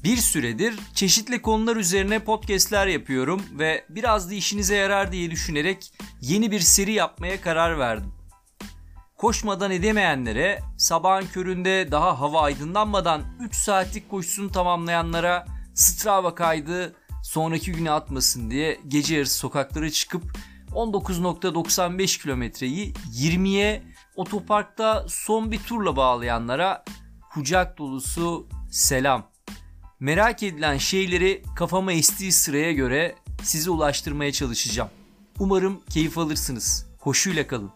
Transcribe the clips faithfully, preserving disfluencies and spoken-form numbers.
Bir süredir çeşitli konular üzerine podcastler yapıyorum ve biraz da işinize yarar diye düşünerek yeni bir seri yapmaya karar verdim. Koşmadan edemeyenlere, sabahın köründe daha hava aydınlanmadan üç saatlik koşusunu tamamlayanlara Strava kaydı sonraki güne atmasın diye gece yarısı sokaklara çıkıp on dokuz virgül doksan beş kilometreyi yirmiye otoparkta son bir turla bağlayanlara kucak dolusu selam. Merak edilen şeyleri kafama estiği sıraya göre size ulaştırmaya çalışacağım. Umarım keyif alırsınız. Koşuyla kalın.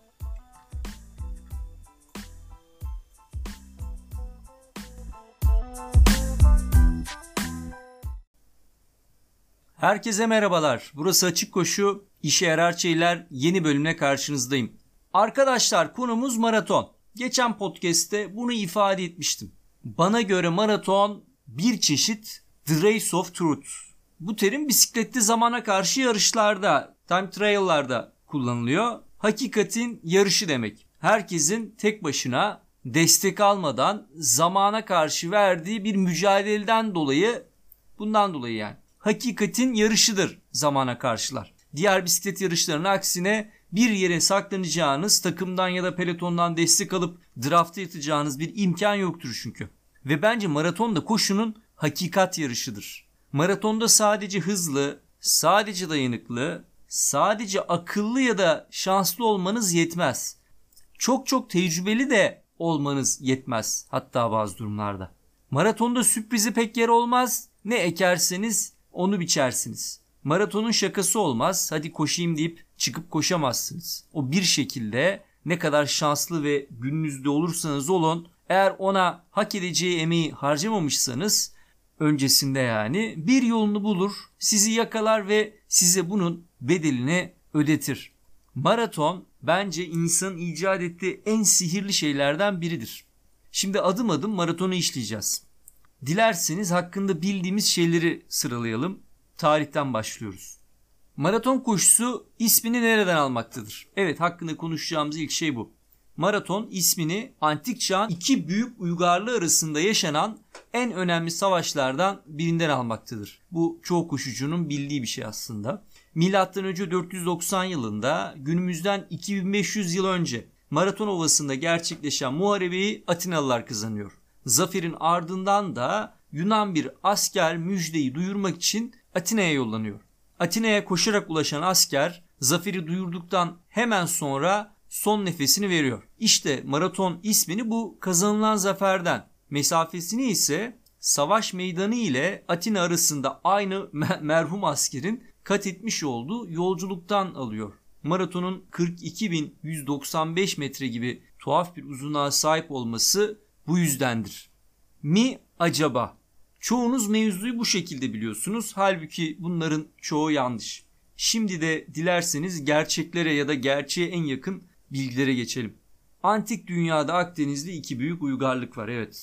Herkese merhabalar. Burası Açık Koşu, İşe Yarar Şeyler yeni bölümle karşınızdayım. Arkadaşlar, konumuz maraton. Geçen podcast'te bunu ifade etmiştim. Bana göre maraton bir çeşit The Race of Truth. Bu terim bisikletli zamana karşı yarışlarda, time trial'larda kullanılıyor. Hakikatin yarışı demek. Herkesin tek başına destek almadan zamana karşı verdiği bir mücadeleden dolayı, bundan dolayı yani. Hakikatin yarışıdır zamana karşılar. Diğer bisiklet yarışlarının aksine bir yere saklanacağınız, takımdan ya da pelotondan destek alıp draft'a yatacağınız bir imkan yoktur çünkü. Ve bence maraton da koşunun hakikat yarışıdır. Maratonda sadece hızlı, sadece dayanıklı, sadece akıllı ya da şanslı olmanız yetmez. Çok çok tecrübeli de olmanız yetmez hatta bazı durumlarda. Maratonda sürprizi pek yer olmaz. Ne ekerseniz onu biçersiniz. Maratonun şakası olmaz. Hadi koşayım deyip çıkıp koşamazsınız. O bir şekilde ne kadar şanslı ve gününüzde olursanız olun, eğer ona hak edeceği emeği harcamamışsanız öncesinde yani bir yolunu bulur, sizi yakalar ve size bunun bedelini ödetir. Maraton bence insanın icat ettiği en sihirli şeylerden biridir. Şimdi adım adım maratonu işleyeceğiz. Dilerseniz hakkında bildiğimiz şeyleri sıralayalım. Tarihten başlıyoruz. Maraton koşusu ismini nereden almaktadır? Evet, hakkında konuşacağımız ilk şey bu. Maraton ismini antik çağın iki büyük uygarlığı arasında yaşanan en önemli savaşlardan birinden almaktadır. Bu çoğu koşucunun bildiği bir şey aslında. Milattan önce dört yüz doksan yılında, günümüzden iki bin beş yüz yıl önce Maraton Ovası'nda gerçekleşen muharebeyi Atinalılar kazanıyor. Zaferin ardından da Yunan bir asker müjdeyi duyurmak için Atina'ya yollanıyor. Atina'ya koşarak ulaşan asker zaferi duyurduktan hemen sonra son nefesini veriyor. İşte maraton ismini bu kazanılan zaferden, mesafesini ise savaş meydanı ile Atina arasında aynı me- merhum askerin kat etmiş olduğu yolculuktan alıyor. Maratonun kırk iki bin yüz doksan beş metre gibi tuhaf bir uzunluğa sahip olması bu yüzdendir. Mi acaba? Çoğunuz mevzuyu bu şekilde biliyorsunuz. Halbuki bunların çoğu yanlış. Şimdi de dilerseniz gerçeklere ya da gerçeğe en yakın bilgilere geçelim. Antik dünyada Akdeniz'de iki büyük uygarlık var, evet.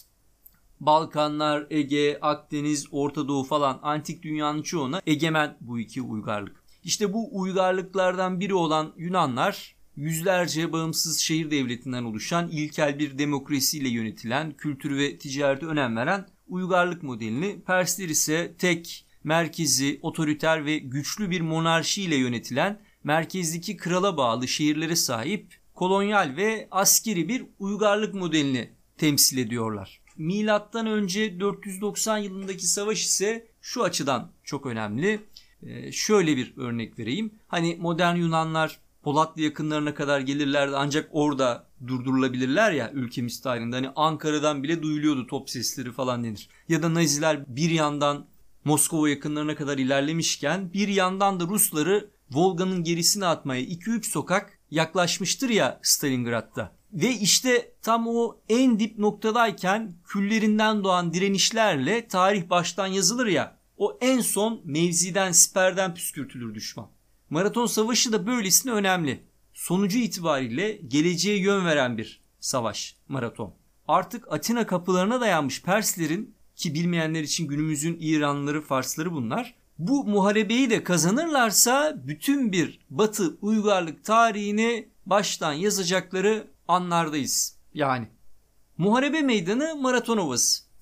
Balkanlar, Ege, Akdeniz, Orta Doğu falan antik dünyanın çoğuna egemen bu iki uygarlık. İşte bu uygarlıklardan biri olan Yunanlar, yüzlerce bağımsız şehir devletinden oluşan ilkel bir demokrasiyle yönetilen, kültür ve ticarete önem veren uygarlık modelini, Persler ise tek, merkezi, otoriter ve güçlü bir monarşiyle yönetilen, merkezdeki krala bağlı şehirlere sahip kolonyal ve askeri bir uygarlık modelini temsil ediyorlar. Milattan önce dört yüz doksan yılındaki savaş ise şu açıdan çok önemli. Ee, şöyle bir örnek vereyim. Hani modern Yunanlar Polatlı yakınlarına kadar gelirlerdi ancak orada durdurulabilirler ya, ülkemiz tarihinde. Hani Ankara'dan bile duyuluyordu top sesleri falan denir. Ya da Naziler bir yandan Moskova yakınlarına kadar ilerlemişken bir yandan da Rusları Volga'nın gerisine atmaya iki üç sokak yaklaşmıştır ya Stalingrad'da. Ve işte tam o en dip noktadayken küllerinden doğan direnişlerle tarih baştan yazılır ya, o en son mevziden, siperden püskürtülür düşman. Maraton Savaşı da böylesine önemli. Sonucu itibariyle geleceğe yön veren bir savaş maraton. Artık Atina kapılarına dayanmış Perslerin, ki bilmeyenler için günümüzün İranlıları, Farsları bunlar, bu muharebeyi de kazanırlarsa bütün bir Batı uygarlık tarihini baştan yazacakları anlardayız. Yani muharebe meydanı Maraton Ovası.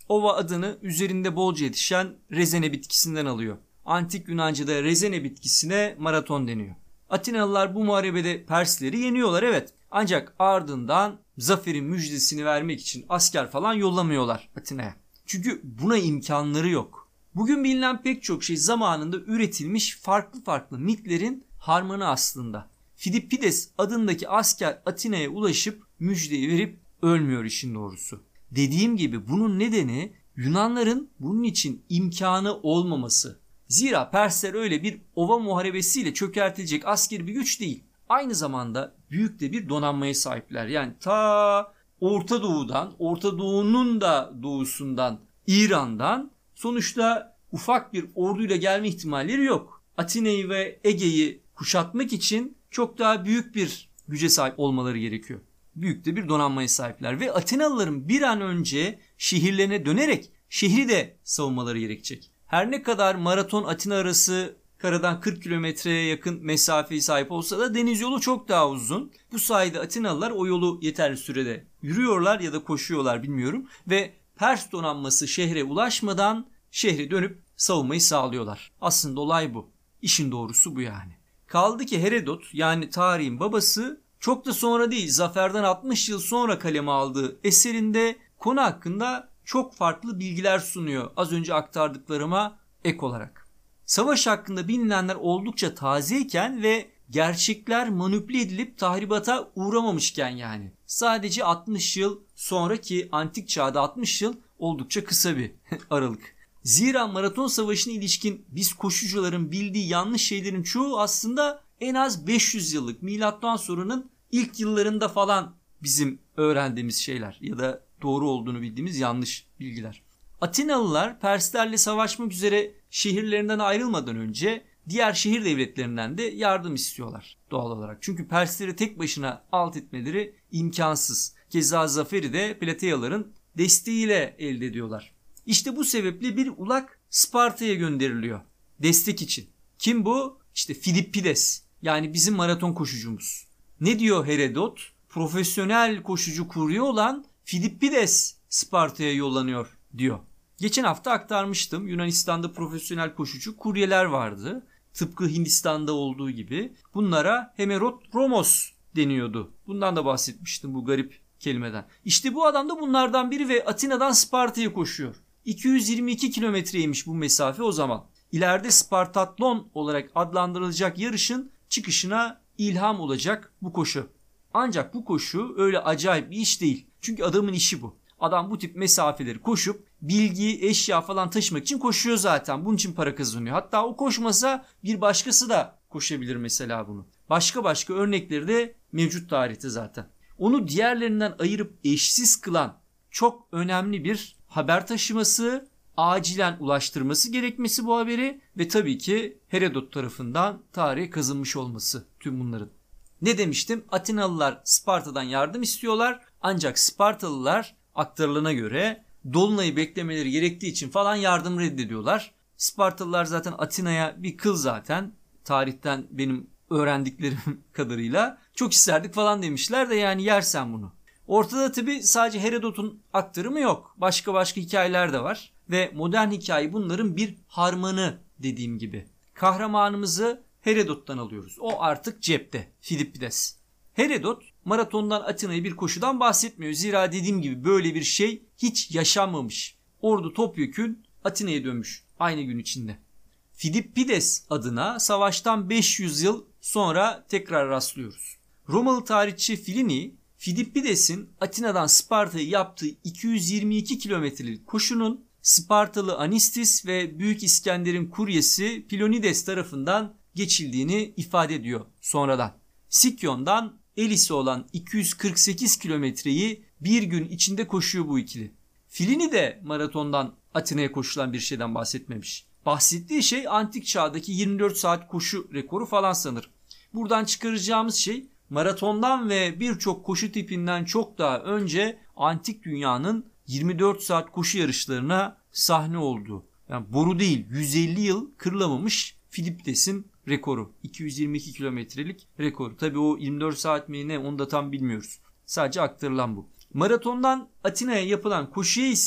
Ova adını üzerinde bolca yetişen rezene bitkisinden alıyor. Antik Yunanca'da rezene bitkisine maraton deniyor. Atinalılar bu muharebede Persleri yeniyorlar, evet. Ancak ardından zaferin müjdesini vermek için asker falan yollamıyorlar Atina'ya. Çünkü buna imkanları yok. Bugün bilinen pek çok şey zamanında üretilmiş farklı farklı mitlerin harmanı aslında. Fidippides adındaki asker Atina'ya ulaşıp müjdeyi verip ölmüyor işin doğrusu. Dediğim gibi bunun nedeni Yunanların bunun için imkanı olmaması. Zira Persler öyle bir ova muharebesiyle çökertilecek askeri bir güç değil. Aynı zamanda büyük de bir donanmaya sahipler. Yani ta Orta Doğu'dan, Orta Doğu'nun da doğusundan, İran'dan sonuçta ufak bir orduyla gelme ihtimalleri yok. Atina'yı ve Ege'yi kuşatmak için çok daha büyük bir güce sahip olmaları gerekiyor. Büyük de bir donanmaya sahipler ve Atinalıların bir an önce şehirlerine dönerek şehri de savunmaları gerekecek. Her ne kadar Maraton Atina arası karadan kırk kilometreye yakın mesafeye sahip olsa da deniz yolu çok daha uzun. Bu sayede Atinalılar o yolu yeterli sürede yürüyorlar ya da koşuyorlar bilmiyorum ve Pers donanması şehre ulaşmadan şehre dönüp savunmayı sağlıyorlar. Aslında olay bu. İşin doğrusu bu yani. Kaldı ki Herodot yani tarihin babası çok da sonra değil zaferden altmış yıl sonra kaleme aldığı eserinde konu hakkında çok farklı bilgiler sunuyor. Az önce aktardıklarıma ek olarak. Savaş hakkında bilinenler oldukça tazeyken ve gerçekler manipüle edilip tahribata uğramamışken yani. Sadece altmış yıl sonraki antik çağda altmış yıl oldukça kısa bir aralık. Zira Maraton Savaşı'na ilişkin biz koşucuların bildiği yanlış şeylerin çoğu aslında en az beş yüz yıllık milattan sonranın ilk yıllarında falan bizim öğrendiğimiz şeyler ya da doğru olduğunu bildiğimiz yanlış bilgiler. Atinalılar Perslerle savaşmak üzere şehirlerinden ayrılmadan önce diğer şehir devletlerinden de yardım istiyorlar doğal olarak. Çünkü Persleri tek başına alt etmeleri imkansız. Keza zaferi de Plateyalıların desteğiyle elde ediyorlar. İşte bu sebeple bir ulak Sparta'ya gönderiliyor destek için. Kim bu? İşte Fidippides yani bizim maraton koşucumuz. Ne diyor Herodot? Profesyonel koşucu kurye olan Fidippides Sparta'ya yollanıyor diyor. Geçen hafta aktarmıştım. Yunanistan'da profesyonel koşucu kuryeler vardı. Tıpkı Hindistan'da olduğu gibi. Bunlara Hemerot-Romos deniyordu. Bundan da bahsetmiştim bu garip kelimeden. İşte bu adam da bunlardan biri ve Atina'dan Sparta'ya koşuyor. iki yüz yirmi iki kilometreymiş bu mesafe o zaman. İleride Spartatlon olarak adlandırılacak yarışın çıkışına ilham olacak bu koşu. Ancak bu koşu öyle acayip bir iş değil. Çünkü adamın işi bu. Adam bu tip mesafeleri koşup bilgi, eşya falan taşımak için koşuyor zaten. Bunun için para kazanıyor. Hatta o koşmasa bir başkası da koşabilir mesela bunu. Başka başka örnekleri de mevcut tarihte zaten. Onu diğerlerinden ayırıp eşsiz kılan çok önemli bir haber taşıması, acilen ulaştırması gerekmesi bu haberi ve tabii ki Herodot tarafından tarihe kazınmış olması tüm bunların. Ne demiştim? Atinalılar Sparta'dan yardım istiyorlar ancak Spartalılar aktarılana göre Dolunay'ı beklemeleri gerektiği için falan yardım reddediyorlar. Spartalılar zaten Atina'ya bir kıl zaten tarihten benim öğrendiklerim kadarıyla çok isterdik falan demişler de yani yersen bunu. Ortada tabii sadece Herodot'un aktarımı yok. Başka başka hikayeler de var ve modern hikaye bunların bir harmanı dediğim gibi. Kahramanımızı Herodot'tan alıyoruz. O artık cepte. Fidippides. Herodot maratondan Atina'ya bir koşudan bahsetmiyor. Zira dediğim gibi böyle bir şey hiç yaşanmamış. Ordu topyekün Atina'ya dönmüş aynı gün içinde. Fidippides adına savaştan beş yüz yıl sonra tekrar rastlıyoruz. Romalı tarihçi Filini, Fidippides'in Atina'dan Sparta'yı yaptığı iki yüz yirmi iki kilometrelik koşunun Spartalı Anistis ve Büyük İskender'in kuryesi Pilonides tarafından geçildiğini ifade ediyor sonradan. Sikyon'dan Elis'e olan iki yüz kırk sekiz kilometreyi bir gün içinde koşuyor bu ikili. Filini de maratondan Atina'ya koşulan bir şeyden bahsetmemiş. Bahsettiği şey antik çağdaki yirmi dört saat koşu rekoru falan sanır. Buradan çıkaracağımız şey maratondan ve birçok koşu tipinden çok daha önce antik dünyanın yirmi dört saat koşu yarışlarına sahne olduğu. Yani boru değil yüz elli yıl kırılamamış Fidipides'in rekoru. iki yüz yirmi iki kilometrelik rekoru. Tabii o yirmi dört saat mi ne onu da tam bilmiyoruz. Sadece aktarılan bu. Maratondan Atina'ya yapılan koşuya ise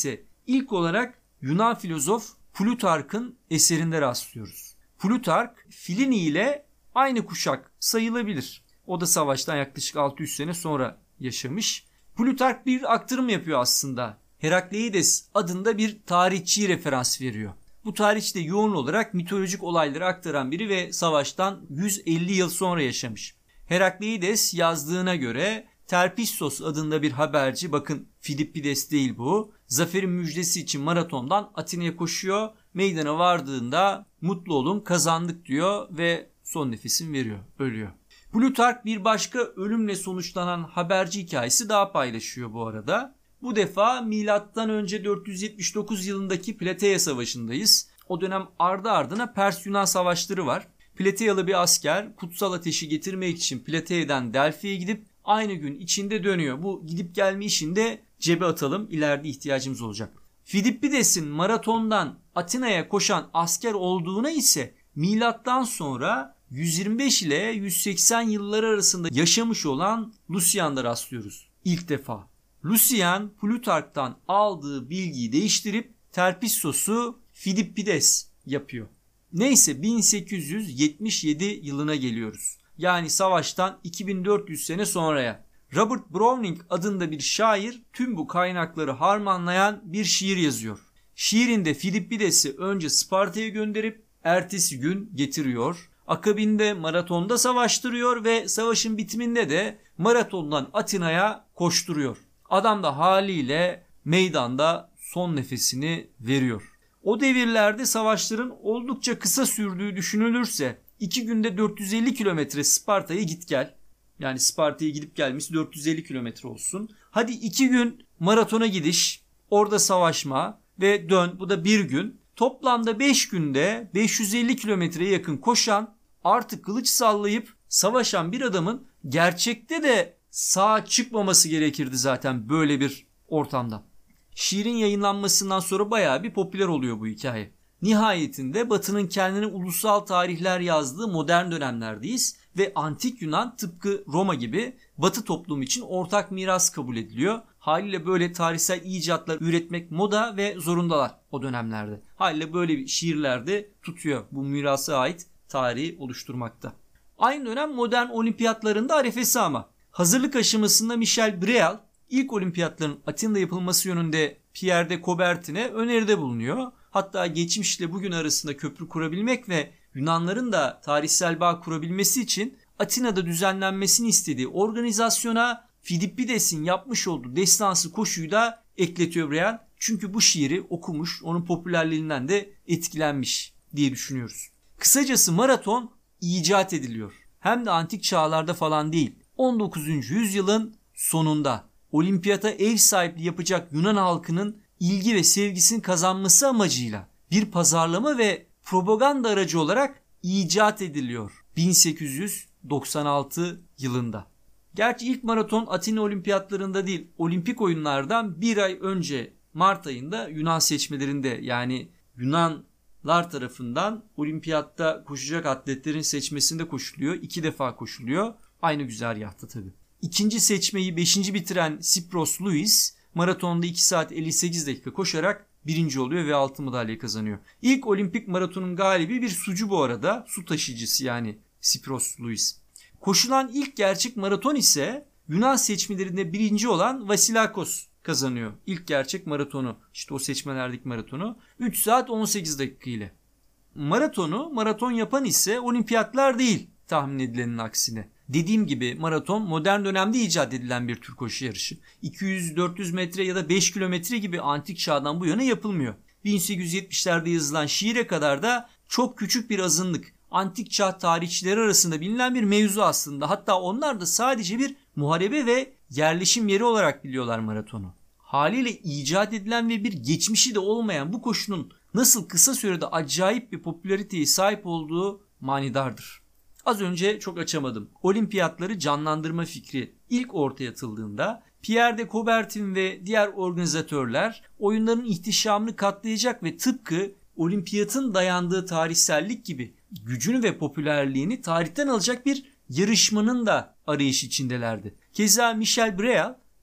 İlk olarak Yunan filozof Plutark'ın eserinde rastlıyoruz. Plutark, Filini ile aynı kuşak sayılabilir. O da savaştan yaklaşık altı yüz sene sonra yaşamış. Plutark bir aktarım yapıyor aslında. Herakleides adında bir tarihçiyi referans veriyor. Bu tarihçi de yoğun olarak mitolojik olayları aktaran biri ve savaştan yüz elli yıl sonra yaşamış. Herakleides yazdığına göre Terpissos adında bir haberci, bakın Filippides değil bu, zaferin müjdesi için maratondan Atina'ya koşuyor. Meydana vardığında mutlu olun kazandık diyor ve son nefesini veriyor, ölüyor. Plutark bir başka ölümle sonuçlanan haberci hikayesi daha paylaşıyor bu arada. Bu defa milattan önce dört yüz yetmiş dokuz yılındaki Plateya Savaşı'ndayız. O dönem ardı ardına Pers-Yunan savaşları var. Plateyalı bir asker kutsal ateşi getirmek için Plateya'dan Delfi'ye gidip aynı gün içinde dönüyor. Bu gidip gelme işini de cebe atalım, ileride ihtiyacımız olacak. Filippides'in maratondan Atina'ya koşan asker olduğuna ise milattan sonra yüz yirmi beş ile yüz seksen yılları arasında yaşamış olan Lucian'da rastlıyoruz ilk defa. Lucian, Plutark'tan aldığı bilgiyi değiştirip Terpissos'u Filippides yapıyor. Neyse bin sekiz yüz yetmiş yedi yılına geliyoruz. Yani savaştan iki bin dört yüz sene sonraya. Robert Browning adında bir şair tüm bu kaynakları harmanlayan bir şiir yazıyor. Şiirinde Filippides'i önce Sparta'ya gönderip ertesi gün getiriyor. Akabinde maratonda savaştırıyor ve savaşın bitiminde de maratondan Atina'ya koşturuyor. Adam da haliyle meydanda son nefesini veriyor. O devirlerde savaşların oldukça kısa sürdüğü düşünülürse iki günde dört yüz elli kilometre Sparta'ya git gel. Yani Sparta'ya gidip gelmesi dört yüz elli kilometre olsun. Hadi iki gün maratona gidiş, orada savaşma ve dön, bu da bir gün. Toplamda beş günde beş yüz elli kilometreye yakın koşan, artık kılıç sallayıp savaşan bir adamın gerçekte de sağ çıkmaması gerekirdi zaten böyle bir ortamda. Şiirin yayınlanmasından sonra bayağı bir popüler oluyor bu hikaye. Nihayetinde Batı'nın kendine ulusal tarihler yazdığı modern dönemlerdeyiz ve antik Yunan tıpkı Roma gibi Batı toplumu için ortak miras kabul ediliyor. Haliyle böyle tarihsel icatlar üretmek moda ve zorundalar o dönemlerde. Haliyle böyle bir şiirlerde tutuyor bu mirasa ait tarihi oluşturmakta. Aynı dönem modern olimpiyatlarında arefesi ama. Hazırlık aşamasında Michel Brial ilk olimpiyatların Atina'da yapılması yönünde Pierre de Coubertin'e öneride bulunuyor. Hatta geçmişle bugün arasında köprü kurabilmek ve Yunanların da tarihsel bağ kurabilmesi için Atina'da düzenlenmesini istediği organizasyona Filippides'in yapmış olduğu destansı koşuyu da ekletiyor Brial. Çünkü bu şiiri okumuş, onun popülerliğinden de etkilenmiş diye düşünüyoruz. Kısacası maraton icat ediliyor. Hem de antik çağlarda falan değil. on dokuzuncu yüzyılın sonunda olimpiyata ev sahipliği yapacak Yunan halkının ilgi ve sevgisini kazanması amacıyla bir pazarlama ve propaganda aracı olarak icat ediliyor bin sekiz yüz doksan altı yılında. Gerçi ilk maraton Atina olimpiyatlarında değil, olimpik oyunlardan bir ay önce Mart ayında Yunan seçmelerinde, yani Yunanlar tarafından olimpiyatta koşacak atletlerin seçmesinde koşuluyor. İki defa koşuluyor. Aynı güzergahta tabii. İkinci seçmeyi beşinci bitiren Sipros Louis maratonda iki saat elli sekiz dakika koşarak birinci oluyor ve altın madalya kazanıyor. İlk olimpik maratonun galibi bir sucu bu arada. Su taşıyıcısı yani Sipros Louis. Koşulan ilk gerçek maraton ise Yunan seçmelerinde birinci olan Vasilakos kazanıyor. İlk gerçek maratonu, işte o seçmelerdeki maratonu üç saat on sekiz dakika ile. Maratonu maraton yapan ise olimpiyatlar değil, tahmin edilenin aksine. Dediğim gibi maraton modern dönemde icat edilen bir tür koşu yarışı. iki yüz dört yüz metre ya da beş kilometre gibi antik çağdan bu yana yapılmıyor. bin sekiz yüz yetmişlerde yazılan şiire kadar da çok küçük bir azınlık. Antik çağ tarihçileri arasında bilinen bir mevzu aslında. Hatta onlar da sadece bir muharebe ve yerleşim yeri olarak biliyorlar maratonu. Haliyle icat edilen ve bir geçmişi de olmayan bu koşunun nasıl kısa sürede acayip bir popülariteye sahip olduğu manidardır. Az önce çok açamadım. Olimpiyatları canlandırma fikri ilk ortaya atıldığında Pierre de Coubertin ve diğer organizatörler oyunların ihtişamını katlayacak ve tıpkı olimpiyatın dayandığı tarihsellik gibi gücünü ve popülerliğini tarihten alacak bir yarışmanın da arayışı içindelerdi. Keza Michel Brial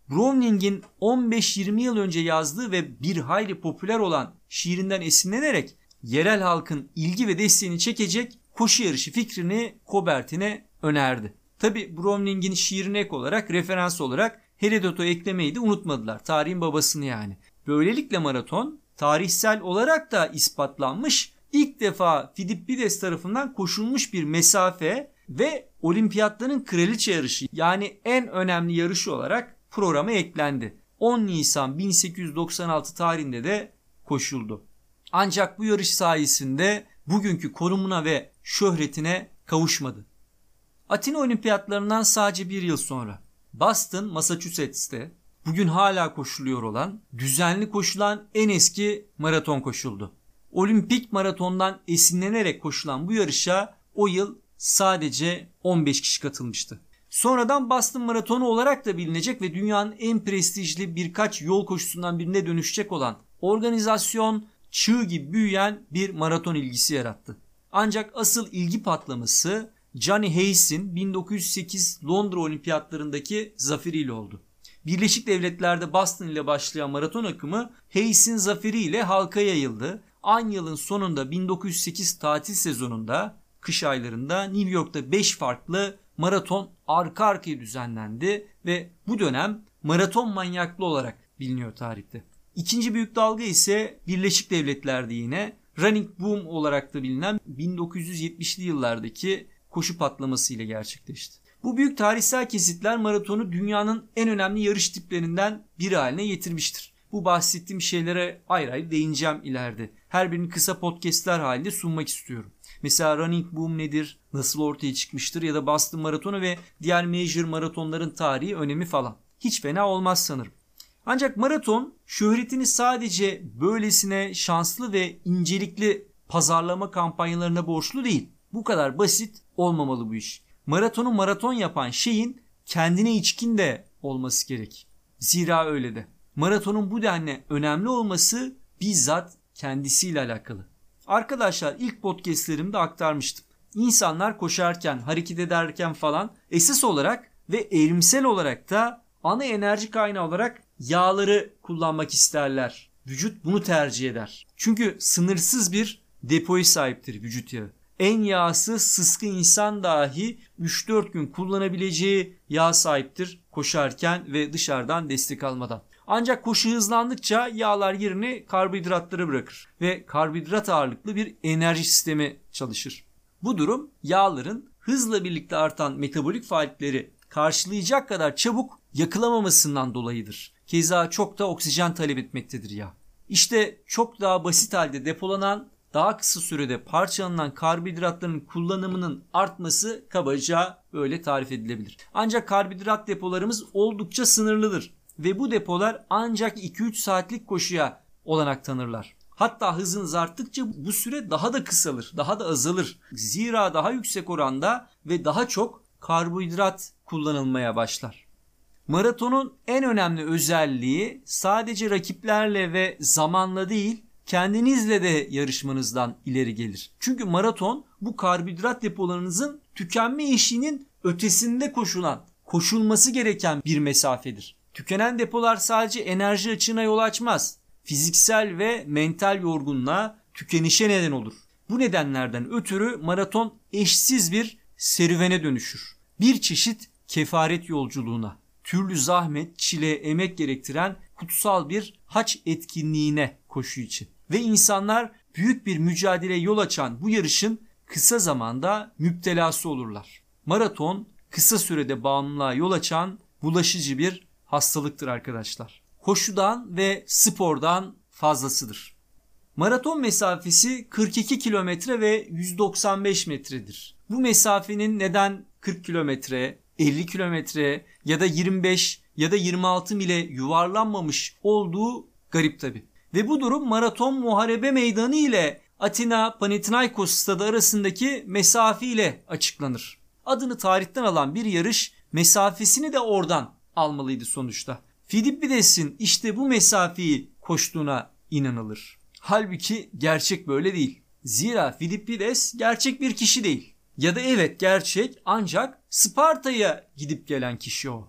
Browning'in on beş yirmi yıl önce yazdığı ve bir hayli popüler olan şiirinden esinlenerek yerel halkın ilgi ve desteğini çekecek koşu yarışı fikrini Coubertin'e önerdi. Tabi Browning'in şiirine ek olarak referans olarak Herodot'u eklemeyi de unutmadılar. Tarihin babasını yani. Böylelikle maraton tarihsel olarak da ispatlanmış, ilk defa Fidippides tarafından koşulmuş bir mesafe ve olimpiyatların kraliçe yarışı yani en önemli yarışı olarak programa eklendi. on Nisan bin sekiz yüz doksan altı tarihinde de koşuldu. Ancak bu yarış sayesinde bugünkü konumuna ve şöhretine kavuşmadı. Atina Olimpiyatlarından sadece bir yıl sonra Boston, Massachusetts'te bugün hala koşuluyor olan, düzenli koşulan en eski maraton koşuldu. Olimpik maratondan esinlenerek koşulan bu yarışa o yıl sadece on beş kişi katılmıştı. Sonradan Boston Maratonu olarak da bilinecek ve dünyanın en prestijli birkaç yol koşusundan birine dönüşecek olan organizasyon çığ gibi büyüyen bir maraton ilgisi yarattı. Ancak asıl ilgi patlaması Johnny Hayes'in bin dokuz yüz sekiz Londra Olimpiyatlarındaki zaferiyle oldu. Birleşik Devletler'de Boston ile başlayan maraton akımı Hayes'in zaferiyle halka yayıldı. Aynı yılın sonunda bin dokuz yüz sekiz tatil sezonunda, kış aylarında New York'ta beş farklı maraton arka arkaya düzenlendi ve bu dönem maraton manyaklığı olarak biliniyor tarihte. İkinci büyük dalga ise Birleşik Devletler'de yine Running Boom olarak da bilinen bin dokuz yüz yetmişli yıllardaki koşu patlaması ile gerçekleşti. Bu büyük tarihsel kesitler maratonu dünyanın en önemli yarış tiplerinden biri haline getirmiştir. Bu bahsettiğim şeylere ayrı ayrı değineceğim ileride. Her birini kısa podcastler halinde sunmak istiyorum. Mesela Running Boom nedir, nasıl ortaya çıkmıştır ya da Boston Maratonu ve diğer major maratonların tarihi, önemi falan. Hiç fena olmaz sanırım. Ancak maraton şöhretini sadece böylesine şanslı ve incelikli pazarlama kampanyalarına borçlu değil. Bu kadar basit olmamalı bu iş. Maratonu maraton yapan şeyin kendine içkin de olması gerek. Zira öyle de. Maratonun bu denli önemli olması bizzat kendisiyle alakalı. Arkadaşlar ilk podcastlerimde aktarmıştım. İnsanlar koşarken, hareket ederken falan esas olarak ve evrimsel olarak da ana enerji kaynağı olarak yağları kullanmak isterler. Vücut bunu tercih eder. Çünkü sınırsız bir depoya sahiptir vücut yağı. En yağsız sıska insan dahi üç dört gün kullanabileceği yağ sahiptir koşarken ve dışarıdan destek almadan. Ancak koşu hızlandıkça yağlar yerini karbonhidratlara bırakır ve karbonhidrat ağırlıklı bir enerji sistemi çalışır. Bu durum yağların hızla birlikte artan metabolik faaliyetleri karşılayacak kadar çabuk yakılamamasından dolayıdır. Keza çok da oksijen talep etmektedir yağ. İşte çok daha basit halde depolanan, daha kısa sürede parçalanan karbonhidratların kullanımının artması kabaca böyle tarif edilebilir. Ancak karbonhidrat depolarımız oldukça sınırlıdır ve bu depolar ancak iki üç saatlik koşuya olanak tanırlar. Hatta hızınız arttıkça bu süre daha da kısalır, daha da azalır. Zira daha yüksek oranda ve daha çok karbonhidrat kullanılmaya başlar. Maratonun en önemli özelliği sadece rakiplerle ve zamanla değil, kendinizle de yarışmanızdan ileri gelir. Çünkü maraton bu karbonhidrat depolarınızın tükenme eşiğinin ötesinde koşulan, koşulması gereken bir mesafedir. Tükenen depolar sadece enerji açığına yol açmaz. Fiziksel ve mental yorgunluğa, tükenişe neden olur. Bu nedenlerden ötürü maraton eşsiz bir serüvene dönüşür. Bir çeşit kefaret yolculuğuna, türlü zahmet, çile, emek gerektiren kutsal bir hac etkinliğine koşu için. Ve insanlar büyük bir mücadeleye yol açan bu yarışın kısa zamanda müptelası olurlar. Maraton kısa sürede bağımlılığa yol açan bulaşıcı bir hastalıktır arkadaşlar. Koşudan ve spordan fazlasıdır. Maraton mesafesi kırk iki kilometre ve yüz doksan beş metredir. Bu mesafenin neden kırk kilometre, elli kilometre ya da yirmi beş ya da yirmi altı mile yuvarlanmamış olduğu garip tabi. Ve bu durum Maraton Muharebe Meydanı ile Atina Panathinaikos stadı arasındaki mesafe ile açıklanır. Adını tarihten alan bir yarış mesafesini de oradan almalıydı sonuçta. Fidippides'in işte bu mesafeyi koştuğuna inanılır. Halbuki gerçek böyle değil. Zira Fidippides gerçek bir kişi değil. Ya da evet gerçek ancak Sparta'ya gidip gelen kişi o.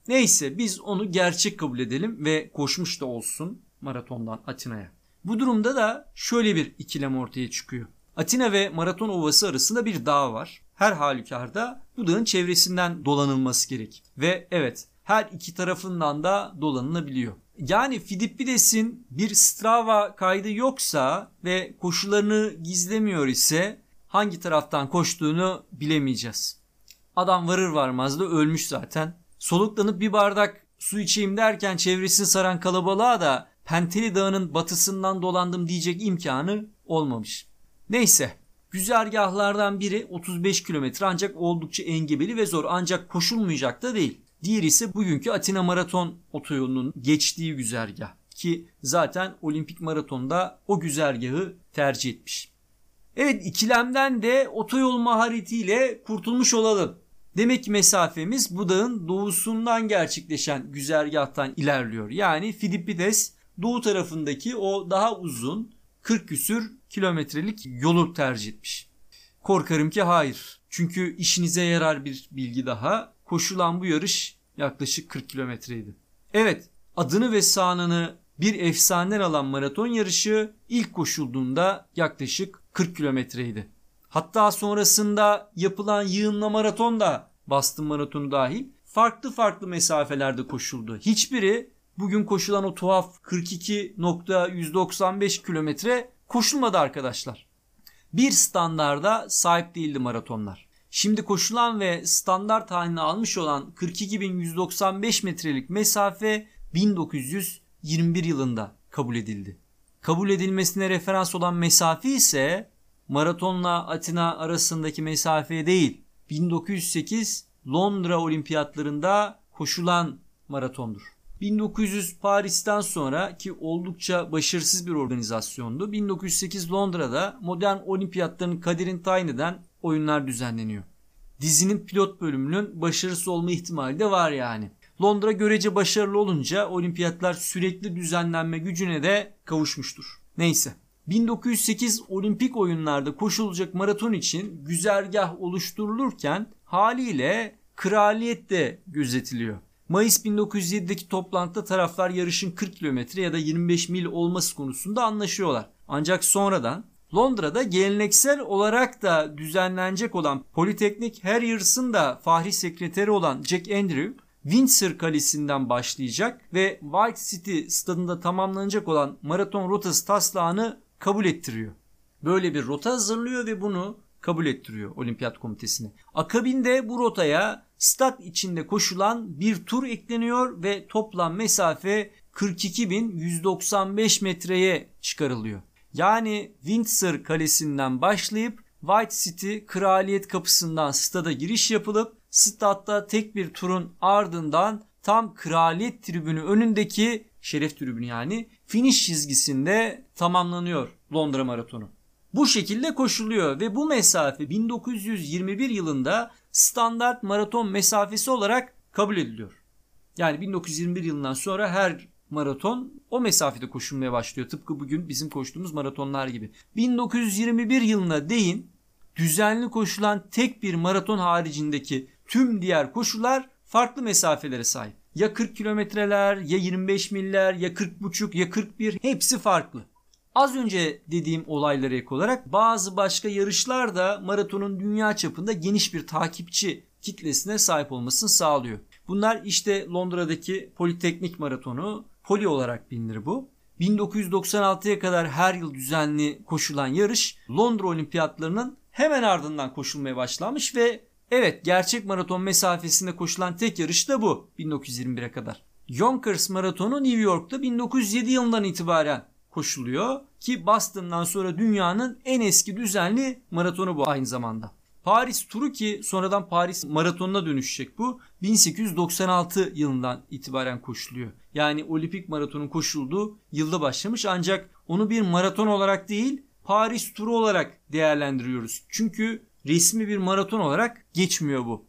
Neyse biz onu gerçek kabul edelim ve koşmuş da olsun maratondan Atina'ya. Bu durumda da şöyle bir ikilem ortaya çıkıyor. Atina ve Maraton Ovası arasında bir dağ var. Her halükarda bu dağın çevresinden dolanılması gerek. Ve evet, her iki tarafından da dolanılabiliyor. Yani Fidippides'in bir Strava kaydı yoksa ve koşularını gizlemiyor ise hangi taraftan koştuğunu bilemeyeceğiz. Adam varır varmaz da ölmüş zaten. Soluklanıp bir bardak su içeyim derken çevresini saran kalabalığa da Penteli Dağı'nın batısından dolandım diyecek imkanı olmamış. Neyse, güzergahlardan biri otuz beş kilometre ancak oldukça engebeli ve zor, ancak koşulmayacak da değil. Diğeri ise bugünkü Atina Maraton otoyolunun geçtiği güzergah ki zaten olimpik maratonda o güzergahı tercih etmiş. Evet, ikilemden de otoyol maharetiyle kurtulmuş olalım. Demek ki mesafemiz bu dağın doğusundan gerçekleşen güzergahtan ilerliyor. Yani Fidippides doğu tarafındaki o daha uzun kırk küsür kilometrelik yolu tercih etmiş. Korkarım ki hayır. Çünkü işinize yarar bir bilgi daha. Koşulan bu yarış yaklaşık kırk kilometreydi. Evet, adını ve sanını bir efsaneden alan maraton yarışı ilk koşulduğunda yaklaşık kırk kilometreydi. Hatta sonrasında yapılan yığınla maraton da, Boston Maratonu dahil, farklı farklı mesafelerde koşuldu. Hiçbiri bugün koşulan o tuhaf kırk iki nokta yüz doksan beş kilometre koşulmadı arkadaşlar. Bir standarda sahip değildi maratonlar. Şimdi koşulan ve standart halini almış olan kırk iki bin yüz doksan beş metrelik mesafe bin dokuz yüz yirmi bir yılında kabul edildi. Kabul edilmesine referans olan mesafe ise maratonla Atina arasındaki mesafe değil, bin dokuz yüz sekiz Londra Olimpiyatlarında koşulan maratondur. bin dokuz yüz Paris'ten sonra, ki oldukça başarısız bir organizasyondu, bin dokuz yüz sekiz Londra'da modern olimpiyatların kaderini tayin eden oyunlar düzenleniyor. Dizinin pilot bölümünün başarısı olma ihtimali de var yani. Londra görece başarılı olunca olimpiyatlar sürekli düzenlenme gücüne de kavuşmuştur. Neyse. bin dokuz yüz sekiz olimpik oyunlarda koşulacak maraton için güzergah oluşturulurken haliyle kraliyet de gözetiliyor. Mayıs bin dokuz yüz yedideki toplantıda taraflar yarışın kırk kilometre ya da yirmi beş mil olması konusunda anlaşıyorlar. Ancak sonradan Londra'da geleneksel olarak da düzenlenecek olan Politeknik Harriers'ın da fahri sekreteri olan Jack Andrew, Windsor Kalesi'nden başlayacak ve White City stadında tamamlanacak olan maraton rotası taslağını kabul ettiriyor. Böyle bir rota hazırlıyor ve bunu kabul ettiriyor Olimpiyat Komitesi'ne. Akabinde bu rotaya stat içinde koşulan bir tur ekleniyor ve toplam mesafe kırk iki bin yüz doksan beş metreye çıkarılıyor. Yani Windsor Kalesi'nden başlayıp White City Kraliyet Kapısı'ndan stada giriş yapılıp statta tek bir turun ardından tam Kraliyet Tribünü önündeki şeref tribünü yani finish çizgisinde tamamlanıyor Londra Maratonu. Bu şekilde koşuluyor ve bu mesafe bin dokuz yüz yirmi bir yılında standart maraton mesafesi olarak kabul ediliyor. Yani bin dokuz yüz yirmi bir yılından sonra her maraton o mesafede koşulmaya başlıyor. Tıpkı bugün bizim koştuğumuz maratonlar gibi. bin dokuz yüz yirmi bir yılına değin düzenli koşulan tek bir maraton haricindeki tüm diğer koşular farklı mesafelere sahip. Ya kırk kilometreler, ya yirmi beş miller, ya kırk buçuk, ya kırk bir, hepsi farklı. Az önce dediğim olaylara ek olarak bazı başka yarışlar da maratonun dünya çapında geniş bir takipçi kitlesine sahip olmasını sağlıyor. Bunlar işte Londra'daki Politeknik Maratonu, Poli olarak bilinir bu. bin dokuz yüz doksan altıya kadar her yıl düzenli koşulan yarış Londra Olimpiyatlarının hemen ardından koşulmaya başlanmış ve evet, gerçek maraton mesafesinde koşulan tek yarış da bu bin dokuz yüz yirmi bire kadar. Yonkers Maratonu New York'ta bin dokuz yüz yedi yılından itibaren koşuluyor ki Boston'dan sonra dünyanın en eski düzenli maratonu bu aynı zamanda. Paris turu, ki sonradan Paris Maratonu'na dönüşecek bu, bin sekiz yüz doksan altı yılından itibaren koşuluyor. Yani olimpik maratonun koşulduğu yılda başlamış, ancak onu bir maraton olarak değil Paris turu olarak değerlendiriyoruz. Çünkü resmi bir maraton olarak geçmiyor bu.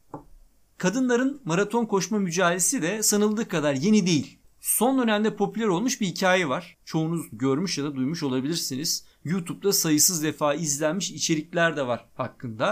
Kadınların maraton koşma mücadelesi de sanıldığı kadar yeni değil. Son dönemde popüler olmuş bir hikaye var. Çoğunuz görmüş ya da duymuş olabilirsiniz. YouTube'da sayısız defa izlenmiş içerikler de var hakkında.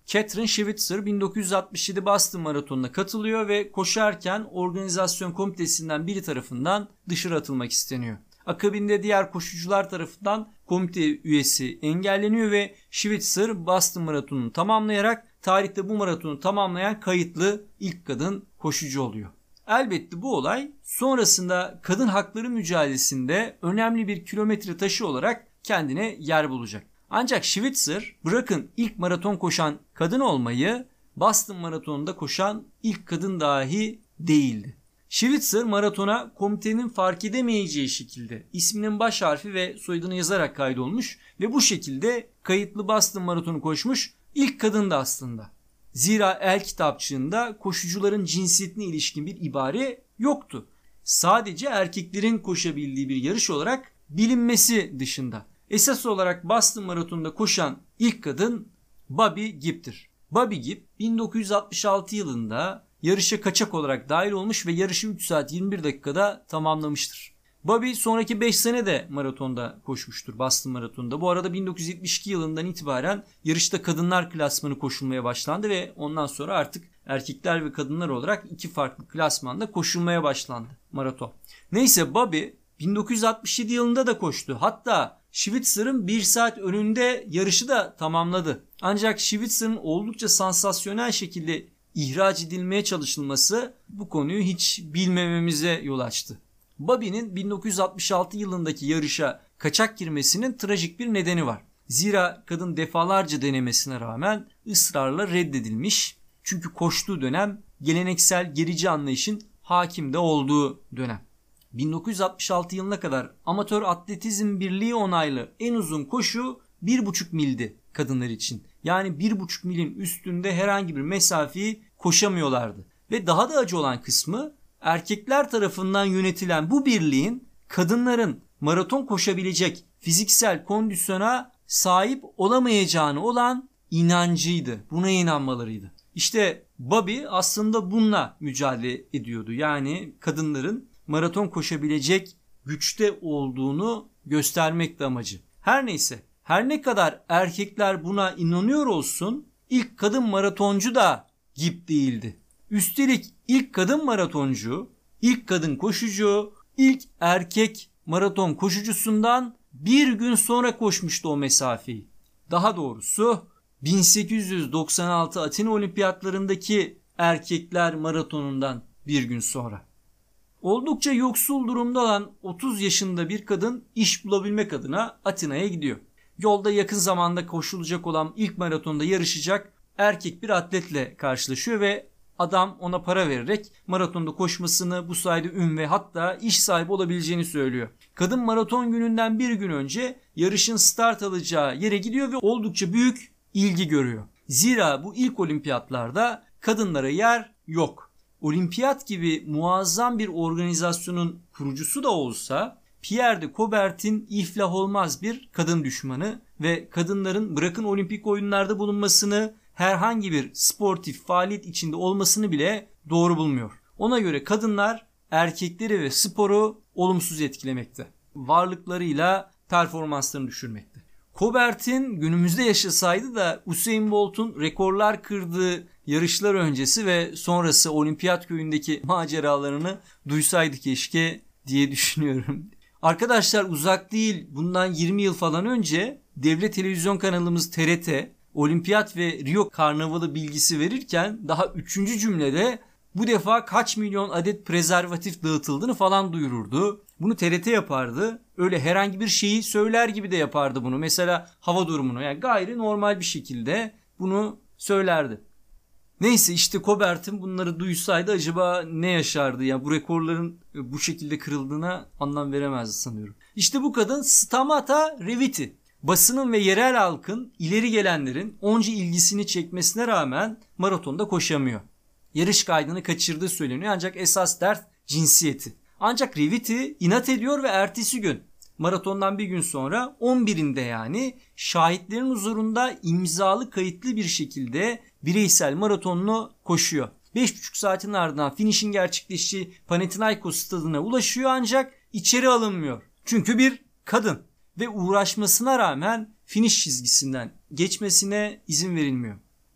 Catherine Schweitzer bin dokuz yüz altmış yedi Boston Maratonu'na katılıyor ve koşarken organizasyon komitesinden biri tarafından dışarı atılmak isteniyor. Akabinde diğer koşucular tarafından komite üyesi engelleniyor ve Schweitzer Boston Maratonu'nu tamamlayarak tarihte bu maratonu tamamlayan kayıtlı ilk kadın koşucu oluyor. Elbette bu olay sonrasında kadın hakları mücadelesinde önemli bir kilometre taşı olarak kendine yer bulacak. Ancak Schweitzer bırakın ilk maraton koşan kadın olmayı, Boston Maratonu'nda koşan ilk kadın dahi değildi. Schweitzer maratona komitenin fark edemeyeceği şekilde isminin baş harfi ve soyadını yazarak kaydolmuş ve bu şekilde kayıtlı Boston Maratonu koşmuş ilk kadındı aslında. Zira el kitapçığında koşucuların cinsiyetine ilişkin bir ibare yoktu. Sadece erkeklerin koşabildiği bir yarış olarak bilinmesi dışında. Esas olarak Boston Maratonu'nda koşan ilk kadın Bobby Gibb'tir. Bobby Gibb bin dokuz yüz altmış altı yılında yarışa kaçak olarak dahil olmuş ve yarışı üç saat yirmi bir dakikada tamamlamıştır. Bobby sonraki beş sene de maratonda koşmuştur, Boston Maratonu'nda. Bu arada bin dokuz yüz yetmiş iki yılından itibaren yarışta kadınlar klasmanı koşulmaya başlandı ve ondan sonra artık erkekler ve kadınlar olarak iki farklı klasmanda koşulmaya başlandı maraton. Neyse Bobby bin dokuz yüz altmış yedi yılında da koştu. Hatta Schweitzer'ın bir saat önünde yarışı da tamamladı. Ancak Schweitzer'ın oldukça sansasyonel şekilde ihraç edilmeye çalışılması bu konuyu hiç bilmememize yol açtı. Bobby'nin bin dokuz yüz altmış altı yılındaki yarışa kaçak girmesinin trajik bir nedeni var. Zira kadın defalarca denemesine rağmen ısrarla reddedilmiş. Çünkü koştuğu dönem geleneksel gerici anlayışın hakim de olduğu dönem. bin dokuz yüz altmış altı yılına kadar Amatör Atletizm Birliği onaylı en uzun koşu bir buçuk mildi kadınlar için. Yani bir buçuk milin üstünde herhangi bir mesafeyi koşamıyorlardı. Ve daha da acı olan kısmı erkekler tarafından yönetilen bu birliğin kadınların maraton koşabilecek fiziksel kondisyona sahip olamayacağını olan inancıydı. Buna inanmalarıydı. İşte Bobby aslında bununla mücadele ediyordu. Yani kadınların maraton koşabilecek güçte olduğunu göstermekti amacı. Her neyse, her ne kadar erkekler buna inanıyor olsun, ilk kadın maratoncu da Gibb değildi. Üstelik ilk kadın maratoncu, ilk kadın koşucu, ilk erkek maraton koşucusundan bir gün sonra koşmuştu o mesafeyi. Daha doğrusu bin sekiz yüz doksan altı Atina Olimpiyatlarındaki erkekler maratonundan bir gün sonra. Oldukça yoksul durumda olan otuz yaşında bir kadın iş bulabilmek adına Atina'ya gidiyor. Yolda yakın zamanda koşulacak olan ilk maratonda yarışacak erkek bir atletle karşılaşıyor ve adam ona para vererek maratonda koşmasını, bu sayede ün ve hatta iş sahibi olabileceğini söylüyor. Kadın maraton gününden bir gün önce yarışın start alacağı yere gidiyor ve oldukça büyük ilgi görüyor. Zira bu ilk olimpiyatlarda kadınlara yer yok. Olimpiyat gibi muazzam bir organizasyonun kurucusu da olsa Pierre de Coubertin iflah olmaz bir kadın düşmanı ve kadınların bırakın olimpik oyunlarda bulunmasını, herhangi bir sportif faaliyet içinde olmasını bile doğru bulmuyor. Ona göre kadınlar erkekleri ve sporu olumsuz etkilemekte. Varlıklarıyla performanslarını düşürmekte. Coubertin günümüzde yaşasaydı da Usain Bolt'un rekorlar kırdığı yarışlar öncesi ve sonrası olimpiyat köyündeki maceralarını duysaydı keşke diye düşünüyorum. Arkadaşlar uzak değil, bundan yirmi yıl falan önce devlet televizyon kanalımız T R T Olimpiyat ve Rio Karnavalı bilgisi verirken daha üçüncü cümlede bu defa kaç milyon adet prezervatif dağıtıldığını falan duyururdu. Bunu T R T yapardı. Öyle herhangi bir şeyi söyler gibi de yapardı bunu. Mesela hava durumunu, yani gayri normal bir şekilde bunu söylerdi. Neyse işte Coubertin bunları duysaydı acaba ne yaşardı? Yani bu rekorların bu şekilde kırıldığına anlam veremezdi sanıyorum. İşte bu kadın Stamata Reviti. Basının ve yerel halkın ileri gelenlerin onca ilgisini çekmesine rağmen maratonda koşamıyor. Yarış kaydını kaçırdığı söyleniyor ancak esas dert cinsiyeti. Ancak Reviti inat ediyor ve ertesi gün maratondan bir gün sonra on birinde yani şahitlerin huzurunda imzalı kayıtlı bir şekilde bireysel maratonunu koşuyor. beş buçuk saatin ardından finişin gerçekleştiği Panathinaikos stadına ulaşıyor ancak içeri alınmıyor. Çünkü bir kadın ve uğraşmasına rağmen finiş çizgisinden geçmesine izin verilmiyor.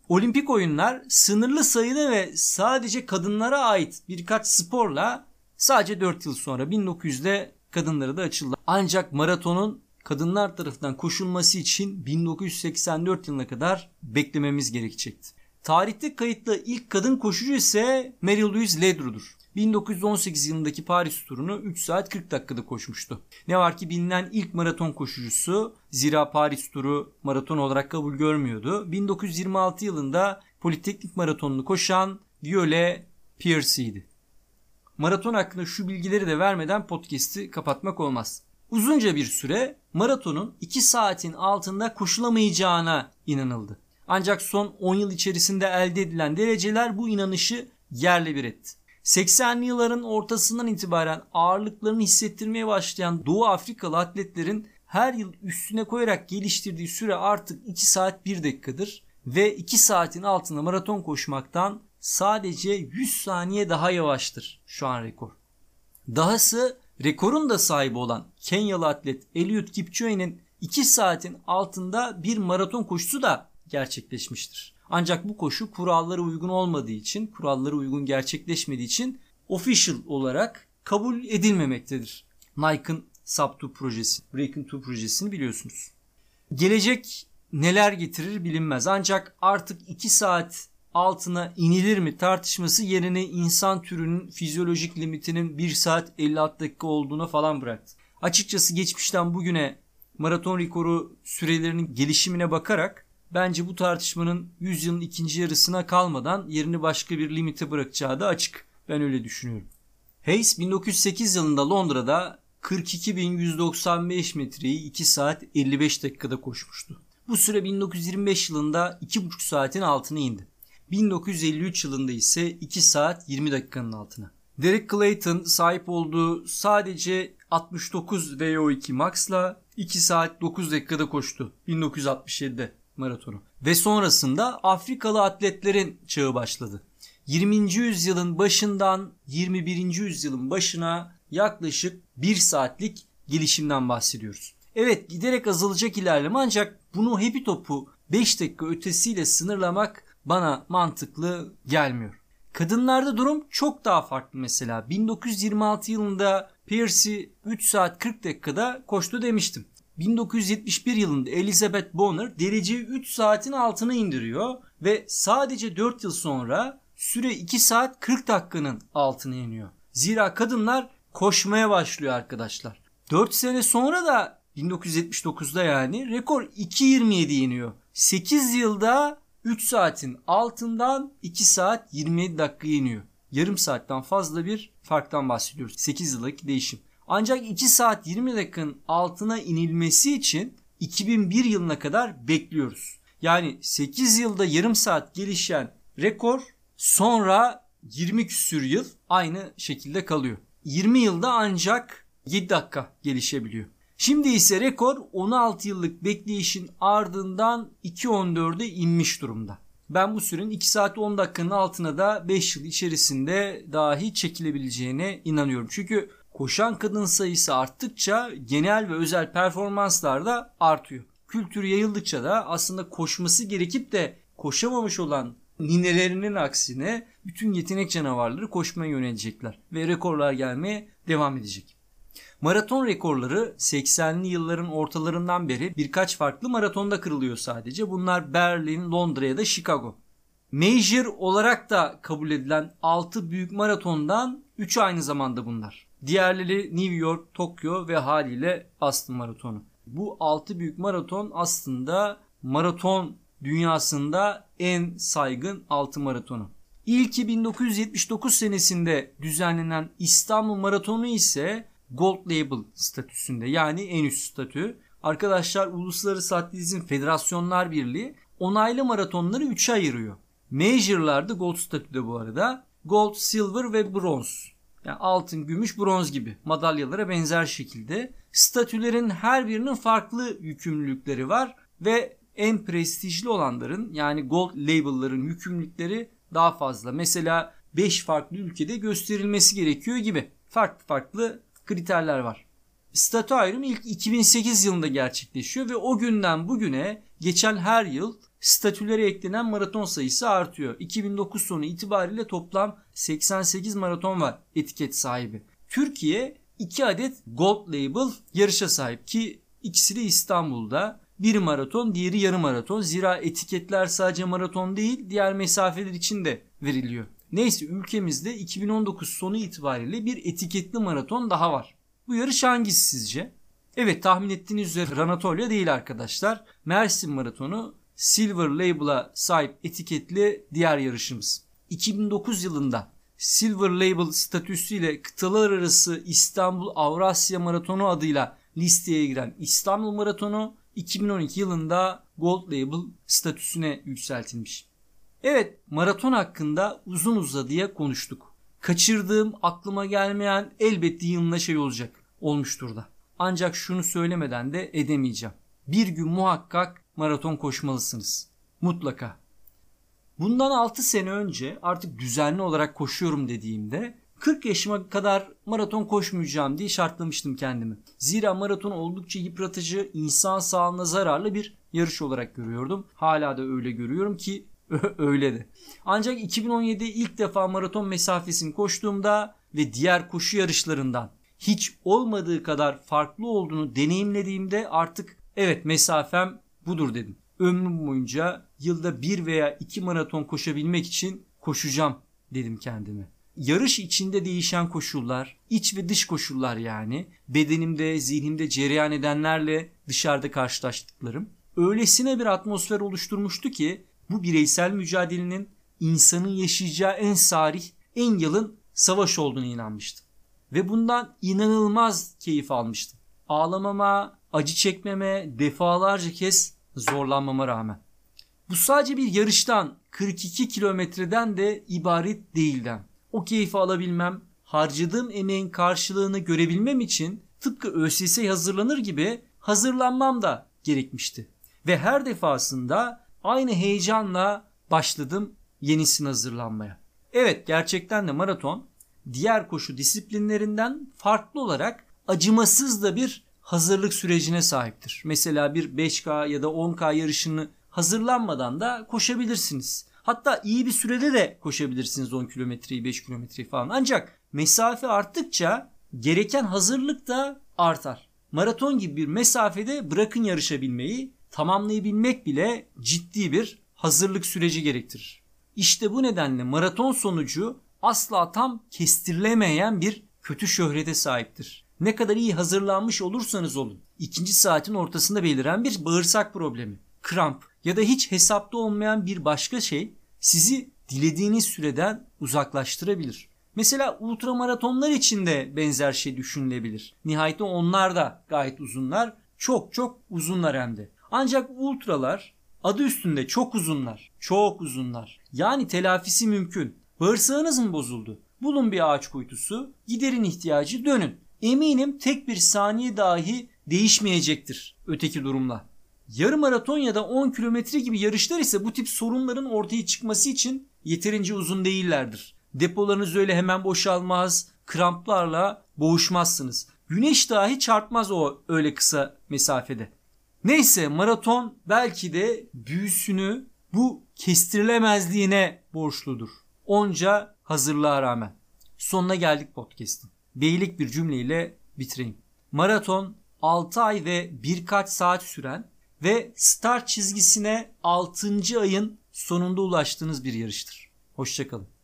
Olimpik oyunlar sınırlı sayıda ve sadece kadınlara ait birkaç sporla sadece dört yıl sonra bin dokuz yüzde kadınlara da açıldı. Ancak maratonun kadınlar tarafından koşulması için bin dokuz yüz seksen dört yılına kadar beklememiz gerekecekti. Tarihte kayıtlı ilk kadın koşucu ise Mary Louise Ledru'dur. bin dokuz yüz on sekiz yılındaki Paris turunu üç saat kırk dakikada koşmuştu. Ne var ki bilinen ilk maraton koşucusu, zira Paris turu maraton olarak kabul görmüyordu. bin dokuz yüz yirmi altı yılında Politeknik maratonunu koşan Viole Piercy'ydi. Maraton hakkında şu bilgileri de vermeden podcast'i kapatmak olmaz. Uzunca bir süre maratonun iki saatin altında koşulamayacağına inanıldı. Ancak son on yıl içerisinde elde edilen dereceler bu inanışı yerle bir etti. seksenli yılların ortasından itibaren ağırlıklarını hissettirmeye başlayan Doğu Afrikalı atletlerin her yıl üstüne koyarak geliştirdiği süre artık iki saat bir dakikadır ve iki saatin altında maraton koşmaktan sadece yüz saniye daha yavaştır şu an rekor. Dahası rekorun da sahibi olan Kenyalı atlet Eliud Kipchoge'nin iki saatin altında bir maraton koşusu da gerçekleşmiştir. Ancak bu koşu kurallara uygun olmadığı için, kurallara uygun gerçekleşmediği için official olarak kabul edilmemektedir. Nike'ın Sub iki projesi, Breaking iki projesini biliyorsunuz. Gelecek neler getirir bilinmez. Ancak artık iki saat altına inilir mi tartışması yerine insan türünün fizyolojik limitinin bir saat elli altı dakika olduğuna falan bıraktı. Açıkçası geçmişten bugüne maraton rekoru sürelerinin gelişimine bakarak bence bu tartışmanın yüzyılın ikinci yarısına kalmadan yerini başka bir limite bırakacağı da açık. Ben öyle düşünüyorum. Hayes bin dokuz yüz sekiz yılında Londra'da kırk iki bin yüz doksan beş metreyi iki saat elli beş dakikada koşmuştu. Bu süre bin dokuz yüz yirmi beş yılında iki buçuk saatin altına indi. bin dokuz yüz elli üç yılında ise iki saat yirmi dakikanın altına. Derek Clayton sahip olduğu sadece altmış dokuz V O iki Max'la iki saat dokuz dakikada koştu bin dokuz yüz altmış yedide maratonu. Ve sonrasında Afrikalı atletlerin çağı başladı. yirminci yüzyılın başından yirmi birinci yüzyılın başına yaklaşık bir saatlik gelişimden bahsediyoruz. Evet, giderek azalacak ilerleme, ancak bunu hepi topu beş dakika ötesiyle sınırlamak bana mantıklı gelmiyor. Kadınlarda durum çok daha farklı mesela. bin dokuz yüz yirmi altı yılında Piercy üç saat kırk dakikada koştu demiştim. bin dokuz yüz yetmiş bir yılında Elizabeth Bonner dereceyi üç saatin altına indiriyor ve sadece dört yıl sonra süre iki saat kırk dakikanın altına iniyor. Zira kadınlar koşmaya başlıyor arkadaşlar. dört sene sonra da bin dokuz yüz yetmiş dokuzda yani rekor iki yirmi yedi iniyor. sekiz yılda üç saatin altından iki saat yirmi yedi dakika iniyor. Yarım saatten fazla bir farktan bahsediyoruz. sekiz yıldaki değişim. Ancak iki saat yirmi dakikanın altına inilmesi için iki bin bir yılına kadar bekliyoruz. Yani sekiz yılda yarım saat gelişen rekor sonra yirmi küsür yıl aynı şekilde kalıyor. yirmi yılda ancak yedi dakika gelişebiliyor. Şimdi ise rekor on altı yıllık bekleyişin ardından iki on dörde inmiş durumda. Ben bu sürenin iki saat on dakikanın altına da beş yıl içerisinde dahi çekilebileceğine inanıyorum. Çünkü koşan kadın sayısı arttıkça genel ve özel performanslar da artıyor. Kültür yayıldıkça da aslında koşması gerekip de koşamamış olan ninelerinin aksine bütün yetenek canavarları koşmaya yönelecekler ve rekorlar gelmeye devam edecek. Maraton rekorları seksenli yılların ortalarından beri birkaç farklı maratonda kırılıyor sadece. Bunlar Berlin, Londra ya da Chicago. Major olarak da kabul edilen altı büyük maratondan üçü aynı zamanda bunlar. Diğerleri New York, Tokyo ve haliyle Boston maratonu. Bu altı büyük maraton aslında maraton dünyasında en saygın altı maratonu. İlki bin dokuz yüz yetmiş dokuz senesinde düzenlenen İstanbul Maratonu ise Gold Label statüsünde, yani en üst statü. Arkadaşlar, Uluslararası Atletizm Federasyonlar Birliği onaylı maratonları üçe ayırıyor. Major'larda Gold statüde bu arada. Gold, Silver ve Bronze. Yani altın, gümüş, bronz gibi madalyalara benzer şekilde. Statülerin her birinin farklı yükümlülükleri var ve en prestijli olanların, yani Gold Label'ların yükümlülükleri daha fazla. Mesela beş farklı ülkede gösterilmesi gerekiyor gibi. Farklı farklı kriterler var. Statü ayrımı ilk iki bin sekiz yılında gerçekleşiyor ve o günden bugüne geçen her yıl statülere eklenen maraton sayısı artıyor. iki bin dokuz sonu itibariyle toplam seksen sekiz maraton var etiket sahibi. Türkiye iki adet Gold Label yarışa sahip ki ikisi de İstanbul'da. Biri maraton, diğeri yarım maraton. Zira etiketler sadece maraton değil, diğer mesafeler için de veriliyor. Neyse, ülkemizde iki bin on dokuz sonu itibariyle bir etiketli maraton daha var. Bu yarış hangisi sizce? Evet, tahmin ettiğiniz üzere Anatolia değil arkadaşlar. Mersin Maratonu Silver Label'a sahip etiketli diğer yarışımız. iki bin dokuz yılında Silver Label statüsüyle kıtalar arası İstanbul Avrasya Maratonu adıyla listeye giren İstanbul Maratonu iki bin on iki yılında Gold Label statüsüne yükseltilmiş. Evet, maraton hakkında uzun uzadıya konuştuk. Kaçırdığım, aklıma gelmeyen elbette yığınla şey olacak, olmuştur da. Ancak şunu söylemeden de edemeyeceğim. Bir gün muhakkak maraton koşmalısınız. Mutlaka. Bundan altı sene önce artık düzenli olarak koşuyorum dediğimde kırk yaşıma kadar maraton koşmayacağım diye şartlamıştım kendimi. Zira maraton oldukça yıpratıcı, insan sağlığına zararlı bir yarış olarak görüyordum. Hala da öyle görüyorum ki öyle de. Ancak iki bin on yedide ilk defa maraton mesafesini koştuğumda ve diğer koşu yarışlarından hiç olmadığı kadar farklı olduğunu deneyimlediğimde artık evet, mesafem budur dedim. Ömrüm boyunca yılda bir veya iki maraton koşabilmek için koşacağım dedim kendime. Yarış içinde değişen koşullar, iç ve dış koşullar yani, bedenimde, zihnimde cereyan edenlerle dışarıda karşılaştıklarım öylesine bir atmosfer oluşturmuştu ki bu bireysel mücadelenin insanın yaşayacağı en sarih, en yalın savaş olduğunu inanmıştım. Ve bundan inanılmaz keyif almıştım. Ağlamama, acı çekmeme, defalarca kez zorlanmama rağmen. Bu sadece bir yarıştan, kırk iki kilometreden de ibaret değildi. O keyfi alabilmem, harcadığım emeğin karşılığını görebilmem için tıpkı ÖSS'ye hazırlanır gibi hazırlanmam da gerekmişti. Ve her defasında aynı heyecanla başladım yenisine hazırlanmaya. Evet, gerçekten de maraton diğer koşu disiplinlerinden farklı olarak acımasız da bir hazırlık sürecine sahiptir. Mesela bir beş K ya da on K yarışını hazırlanmadan da koşabilirsiniz. Hatta iyi bir sürede de koşabilirsiniz on kilometreyi, beş kilometreyi falan. Ancak mesafe arttıkça gereken hazırlık da artar. Maraton gibi bir mesafede bırakın yarışabilmeyi, tamamlayabilmek bile ciddi bir hazırlık süreci gerektirir. İşte bu nedenle maraton sonucu asla tam kestirilemeyen bir kötü şöhrete sahiptir. Ne kadar iyi hazırlanmış olursanız olun, ikinci saatin ortasında beliren bir bağırsak problemi, kramp ya da hiç hesapta olmayan bir başka şey sizi dilediğiniz süreden uzaklaştırabilir. Mesela ultramaratonlar için de benzer şey düşünülebilir. Nihayet onlar da gayet uzunlar, çok çok uzunlar hem de. Ancak ultralar adı üstünde çok uzunlar, çok uzunlar. Yani telafisi mümkün. Bağırsağınız mı bozuldu? Bulun bir ağaç kuytusu, giderin ihtiyacı, dönün. Eminim tek bir saniye dahi değişmeyecektir öteki durumla. Yarım maraton ya da on kilometre gibi yarışlar ise bu tip sorunların ortaya çıkması için yeterince uzun değillerdir. Depolarınız öyle hemen boşalmaz, kramplarla boğuşmazsınız. Güneş dahi çarpmaz o öyle kısa mesafede. Neyse, maraton belki de büyüsünü bu kestirilemezliğine borçludur. Onca hazırlığa rağmen. Sonuna geldik podcast'ın. Beylik bir cümleyle bitireyim. Maraton altı ay ve birkaç saat süren ve start çizgisine altıncı ayın sonunda ulaştığınız bir yarıştır. Hoşça kalın.